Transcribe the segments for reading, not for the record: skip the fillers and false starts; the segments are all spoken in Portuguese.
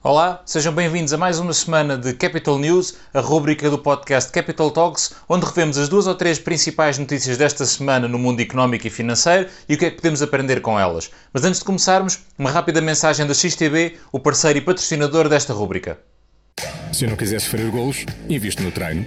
Olá, sejam bem-vindos a mais uma semana de Capital News, a rúbrica do podcast Capital Talks, onde revemos as 2 ou 3 principais notícias desta semana no mundo económico e financeiro e o que é que podemos aprender com elas. Mas antes de começarmos, uma rápida mensagem da XTB, o parceiro e patrocinador desta rúbrica. Se não quiser sofrer golos, investe no treino.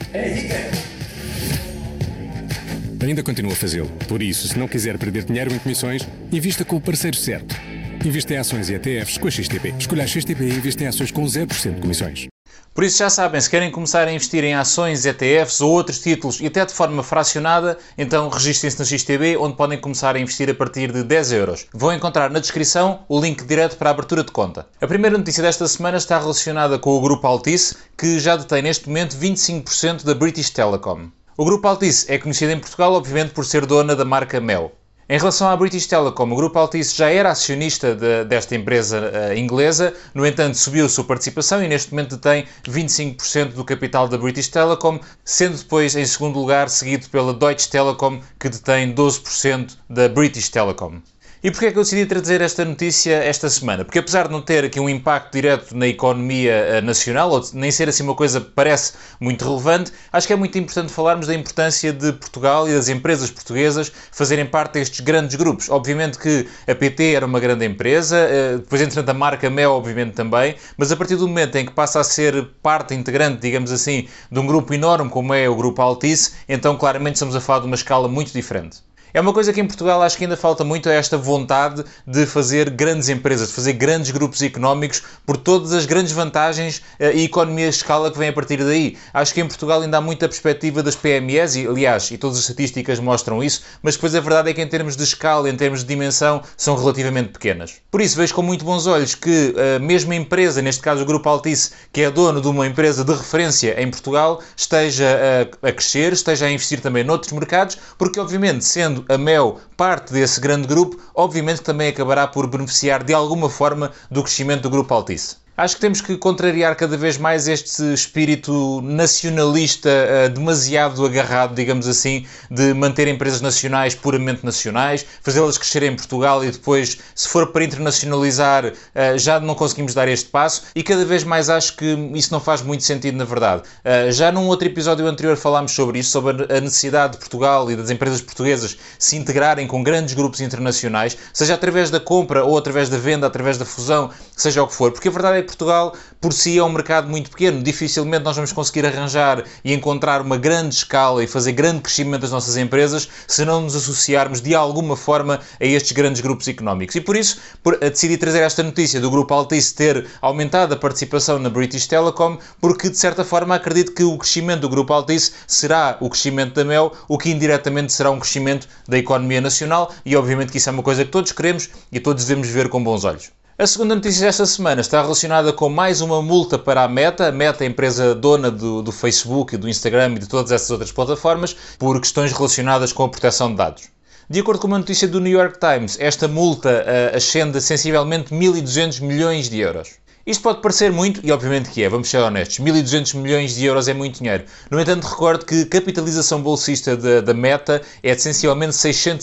Ainda continua a fazê-lo. Por isso, se não quiser perder dinheiro em comissões, invista com o parceiro certo. Investe em ações e ETFs com a XTB. Escolha a XTB e investe em ações com 0% de comissões. Por isso já sabem, se querem começar a investir em ações, ETFs ou outros títulos e até de forma fracionada, então registrem-se na XTB, onde podem começar a investir a partir de 10 euros. Vão encontrar na descrição o link direto para a abertura de conta. A primeira notícia desta semana está relacionada com o Grupo Altice, que já detém neste momento 25% da British Telecom. O Grupo Altice é conhecido em Portugal, obviamente, por ser dona da marca Mel. Em relação à British Telecom, o Grupo Altice já era acionista desta empresa inglesa, no entanto subiu a sua participação e neste momento detém 25% do capital da British Telecom, sendo depois em segundo lugar seguido pela Deutsche Telekom, que detém 12% da British Telecom. E porquê é que eu decidi trazer esta notícia esta semana? Porque apesar de não ter aqui um impacto direto na economia nacional, ou nem ser assim uma coisa que parece muito relevante, acho que é muito importante falarmos da importância de Portugal e das empresas portuguesas fazerem parte destes grandes grupos. Obviamente que a PT era uma grande empresa, depois entretanto a marca Mel obviamente também, mas a partir do momento em que passa a ser parte integrante, digamos assim, de um grupo enorme como é o Grupo Altice, então claramente estamos a falar de uma escala muito diferente. É uma coisa que em Portugal acho que ainda falta muito, é esta vontade de fazer grandes empresas, de fazer grandes grupos económicos por todas as grandes vantagens e economias de escala que vêm a partir daí. Acho que em Portugal ainda há muita perspectiva das PMEs e, aliás, e todas as estatísticas mostram isso, mas depois a verdade é que em termos de escala, em termos de dimensão, são relativamente pequenas. Por isso vejo com muito bons olhos que a mesma empresa, neste caso o Grupo Altice, que é dono de uma empresa de referência em Portugal, esteja a crescer, esteja a investir também noutros mercados, porque obviamente sendo a Mel parte desse grande grupo, obviamente que também acabará por beneficiar de alguma forma do crescimento do Grupo Altice. Acho que temos que contrariar cada vez mais este espírito nacionalista demasiado agarrado, digamos assim, de manter empresas nacionais puramente nacionais, fazê-las crescer em Portugal e depois, se for para internacionalizar, já não conseguimos dar este passo e cada vez mais acho que isso não faz muito sentido na verdade. Já num outro episódio anterior falámos sobre isso, sobre a necessidade de Portugal e das empresas portuguesas se integrarem com grandes grupos internacionais, seja através da compra ou através da venda, através da fusão, seja o que for, porque a verdade é que Portugal, por si, é um mercado muito pequeno. Dificilmente nós vamos conseguir arranjar e encontrar uma grande escala e fazer grande crescimento das nossas empresas se não nos associarmos de alguma forma a estes grandes grupos económicos. E por isso, decidi trazer esta notícia do Grupo Altice ter aumentado a participação na British Telecom, porque, de certa forma, acredito que o crescimento do Grupo Altice será o crescimento da Mel, o que indiretamente será um crescimento da economia nacional e, obviamente, que isso é uma coisa que todos queremos e todos devemos ver com bons olhos. A segunda notícia desta semana está relacionada com mais uma multa para a Meta. A Meta é a empresa dona do Facebook, do Instagram e de todas essas outras plataformas, por questões relacionadas com a proteção de dados. De acordo com uma notícia do New York Times, esta multa ascende a sensivelmente 1.200 milhões de euros. Isto pode parecer muito, e obviamente que é, vamos ser honestos, 1.200 milhões de euros é muito dinheiro. No entanto, recordo que a capitalização bolsista da Meta é de sensivelmente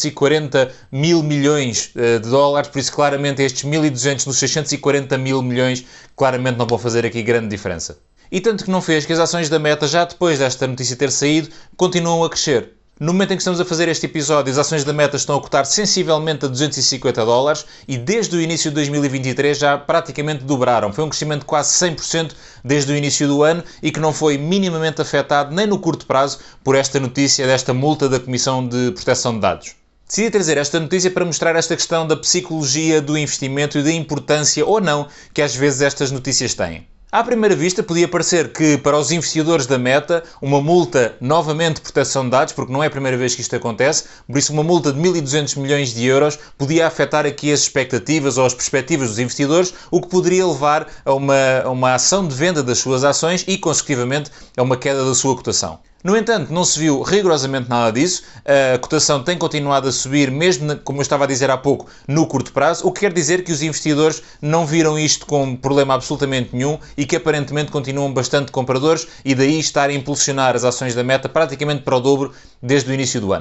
640 mil milhões de dólares, por isso claramente estes 1.200 nos 640 mil milhões claramente não vão fazer aqui grande diferença. E tanto que não fez que as ações da Meta, já depois desta notícia ter saído, continuam a crescer. No momento em que estamos a fazer este episódio, as ações da Meta estão a cotar sensivelmente a 250 dólares e desde o início de 2023 já praticamente dobraram. Foi um crescimento de quase 100% desde o início do ano e que não foi minimamente afetado nem no curto prazo por esta notícia desta multa da Comissão de Proteção de Dados. Decidi trazer esta notícia para mostrar esta questão da psicologia do investimento e da importância ou não que às vezes estas notícias têm. À primeira vista, podia parecer que, para os investidores da Meta, uma multa, novamente de proteção de dados, porque não é a primeira vez que isto acontece, por isso uma multa de 1.200 milhões de euros podia afetar aqui as expectativas ou as perspectivas dos investidores, o que poderia levar a uma ação de venda das suas ações e, consecutivamente, a uma queda da sua cotação. No entanto, não se viu rigorosamente nada disso, a cotação tem continuado a subir, mesmo, como eu estava a dizer há pouco, no curto prazo, o que quer dizer que os investidores não viram isto com problema absolutamente nenhum e que aparentemente continuam bastante compradores e daí estar a impulsionar as ações da Meta praticamente para o dobro desde o início do ano.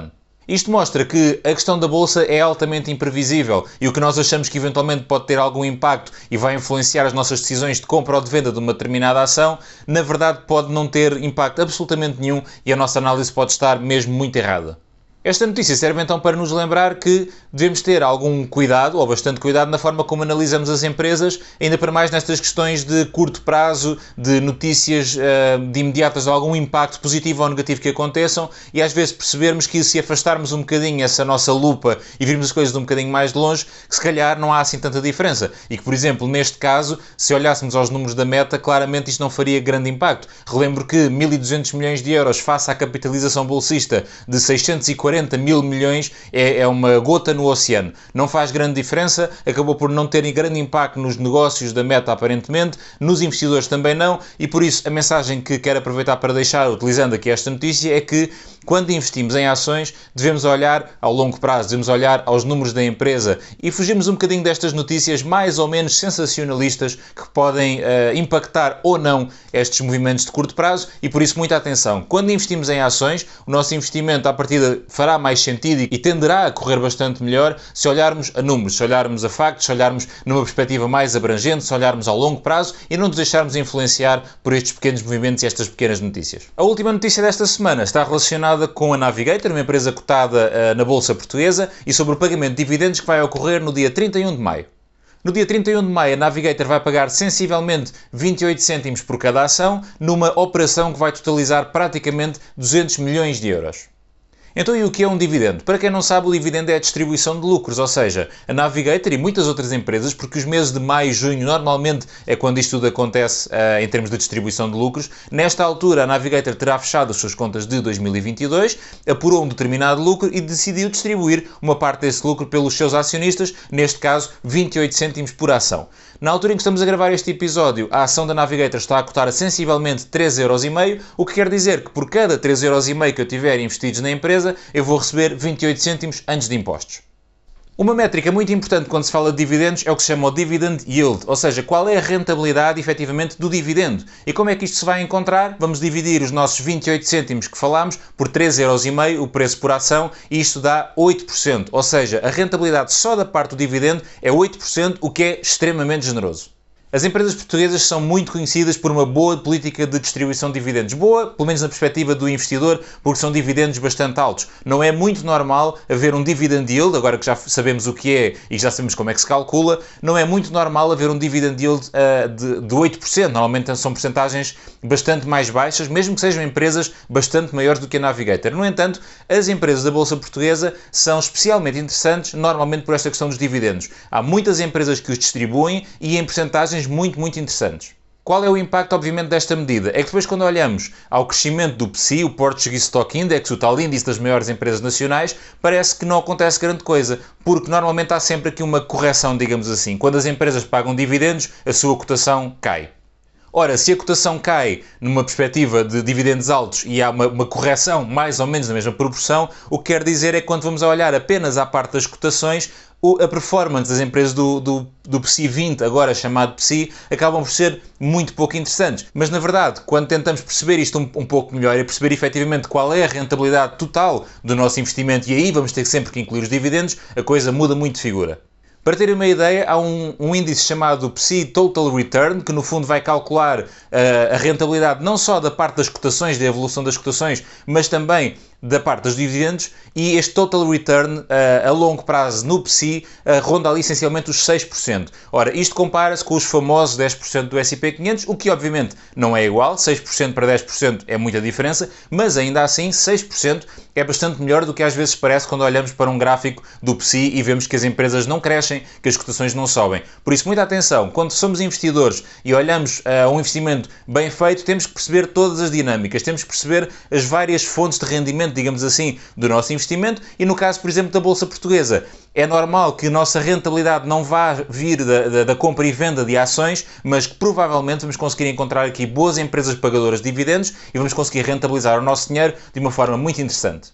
Isto mostra que a questão da bolsa é altamente imprevisível e o que nós achamos que eventualmente pode ter algum impacto e vai influenciar as nossas decisões de compra ou de venda de uma determinada ação, na verdade pode não ter impacto absolutamente nenhum e a nossa análise pode estar mesmo muito errada. Esta notícia serve então para nos lembrar que devemos ter algum cuidado, ou bastante cuidado, na forma como analisamos as empresas, ainda para mais nestas questões de curto prazo, de notícias de imediatas de algum impacto positivo ou negativo que aconteçam, e às vezes percebermos que se afastarmos um bocadinho essa nossa lupa e virmos as coisas de um bocadinho mais de longe, que se calhar não há assim tanta diferença. E que, por exemplo, neste caso, se olhássemos aos números da Meta, claramente isto não faria grande impacto. Relembro que 1.200 milhões de euros face à capitalização bolsista de 640 mil milhões é uma gota no oceano. Não faz grande diferença, acabou por não ter grande impacto nos negócios da Meta aparentemente, nos investidores também não, e por isso a mensagem que quero aproveitar para deixar, utilizando aqui esta notícia, é que quando investimos em ações devemos olhar ao longo prazo, devemos olhar aos números da empresa e fugirmos um bocadinho destas notícias mais ou menos sensacionalistas que podem impactar ou não estes movimentos de curto prazo e por isso muita atenção. Quando investimos em ações, o nosso investimento à partida fará mais sentido e tenderá a correr bastante melhor se olharmos a números, se olharmos a factos, se olharmos numa perspectiva mais abrangente, se olharmos ao longo prazo e não nos deixarmos influenciar por estes pequenos movimentos e estas pequenas notícias. A última notícia desta semana está relacionada com a Navigator, uma empresa cotada na Bolsa Portuguesa, e sobre o pagamento de dividendos que vai ocorrer no dia 31 de maio. No dia 31 de maio, a Navigator vai pagar sensivelmente 28 cêntimos por cada ação, numa operação que vai totalizar praticamente 200 milhões de euros. Então, e o que é um dividendo? Para quem não sabe, o dividendo é a distribuição de lucros, ou seja, a Navigator e muitas outras empresas, porque os meses de maio e junho normalmente é quando isto tudo acontece em termos de distribuição de lucros. Nesta altura, a Navigator terá fechado as suas contas de 2022, apurou um determinado lucro e decidiu distribuir uma parte desse lucro pelos seus acionistas, neste caso 28 cêntimos por ação. Na altura em que estamos a gravar este episódio, a ação da Navigator está a cotar a sensivelmente 3,5€, o que quer dizer que por cada 3,5€ que eu tiver investidos na empresa, eu vou receber 28 cêntimos antes de impostos. Uma métrica muito importante quando se fala de dividendos é o que se chama o dividend yield, ou seja, qual é a rentabilidade efetivamente do dividendo. E como é que isto se vai encontrar? Vamos dividir os nossos 28 cêntimos que falámos por 3,5€, o preço por ação, e isto dá 8%. Ou seja, a rentabilidade só da parte do dividendo é 8%, o que é extremamente generoso. As empresas portuguesas são muito conhecidas por uma boa política de distribuição de dividendos. Boa, pelo menos na perspectiva do investidor, porque são dividendos bastante altos. Não é muito normal haver um dividend yield, agora que já sabemos o que é e já sabemos como é que se calcula, não é muito normal haver um dividend yield de 8%. Normalmente são percentagens bastante mais baixas, mesmo que sejam empresas bastante maiores do que a Navigator. No entanto, as empresas da Bolsa Portuguesa são especialmente interessantes, normalmente por esta questão dos dividendos. Há muitas empresas que os distribuem e em percentagens muito interessantes. Qual é o impacto, obviamente, desta medida? É que depois, quando olhamos ao crescimento do PSI, o Portuguese Stock Index, o tal índice das maiores empresas nacionais, parece que não acontece grande coisa, porque normalmente há sempre aqui uma correção, digamos assim. Quando as empresas pagam dividendos, a sua cotação cai. Ora, se a cotação cai numa perspectiva de dividendos altos e há uma correção mais ou menos na mesma proporção, o que quer dizer é que quando vamos a olhar apenas à parte das cotações, a performance das empresas do PSI 20, agora chamado PSI, acabam por ser muito pouco interessantes. Mas, na verdade, quando tentamos perceber isto um pouco melhor e perceber efetivamente qual é a rentabilidade total do nosso investimento, e aí vamos ter sempre que incluir os dividendos, a coisa muda muito de figura. Para terem uma ideia, há um índice chamado PSI Total Return, que no fundo vai calcular a rentabilidade não só da parte das cotações, da evolução das cotações, mas também da parte dos dividendos, e este Total Return a longo prazo no PSI ronda ali essencialmente os 6%. Ora, isto compara-se com os famosos 10% do S&P 500, o que obviamente não é igual, 6% para 10% é muita diferença, mas ainda assim 6% é bastante melhor do que às vezes parece quando olhamos para um gráfico do PSI e vemos que as empresas não crescem, que as cotações não sobem. Por isso, muita atenção, quando somos investidores e olhamos a um investimento bem feito, temos que perceber todas as dinâmicas, temos que perceber as várias fontes de rendimento, digamos assim, do nosso investimento, e no caso, por exemplo, da Bolsa Portuguesa, é normal que a nossa rentabilidade não vá vir da compra e venda de ações, mas que provavelmente vamos conseguir encontrar aqui boas empresas pagadoras de dividendos e vamos conseguir rentabilizar o nosso dinheiro de uma forma muito interessante.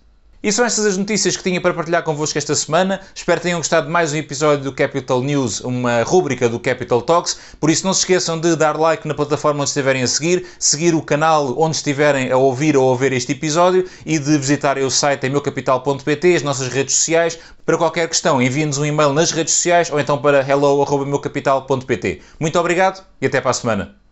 E são estas as notícias que tinha para partilhar convosco esta semana. Espero que tenham gostado de mais um episódio do Capital News, uma rúbrica do Capital Talks. Por isso não se esqueçam de dar like na plataforma onde estiverem a seguir o canal onde estiverem a ouvir ou a ver este episódio e de visitarem o site em meucapital.pt, as nossas redes sociais. Para qualquer questão, enviem-nos um e-mail nas redes sociais ou então para hello@meucapital.pt. Muito obrigado e até para a semana.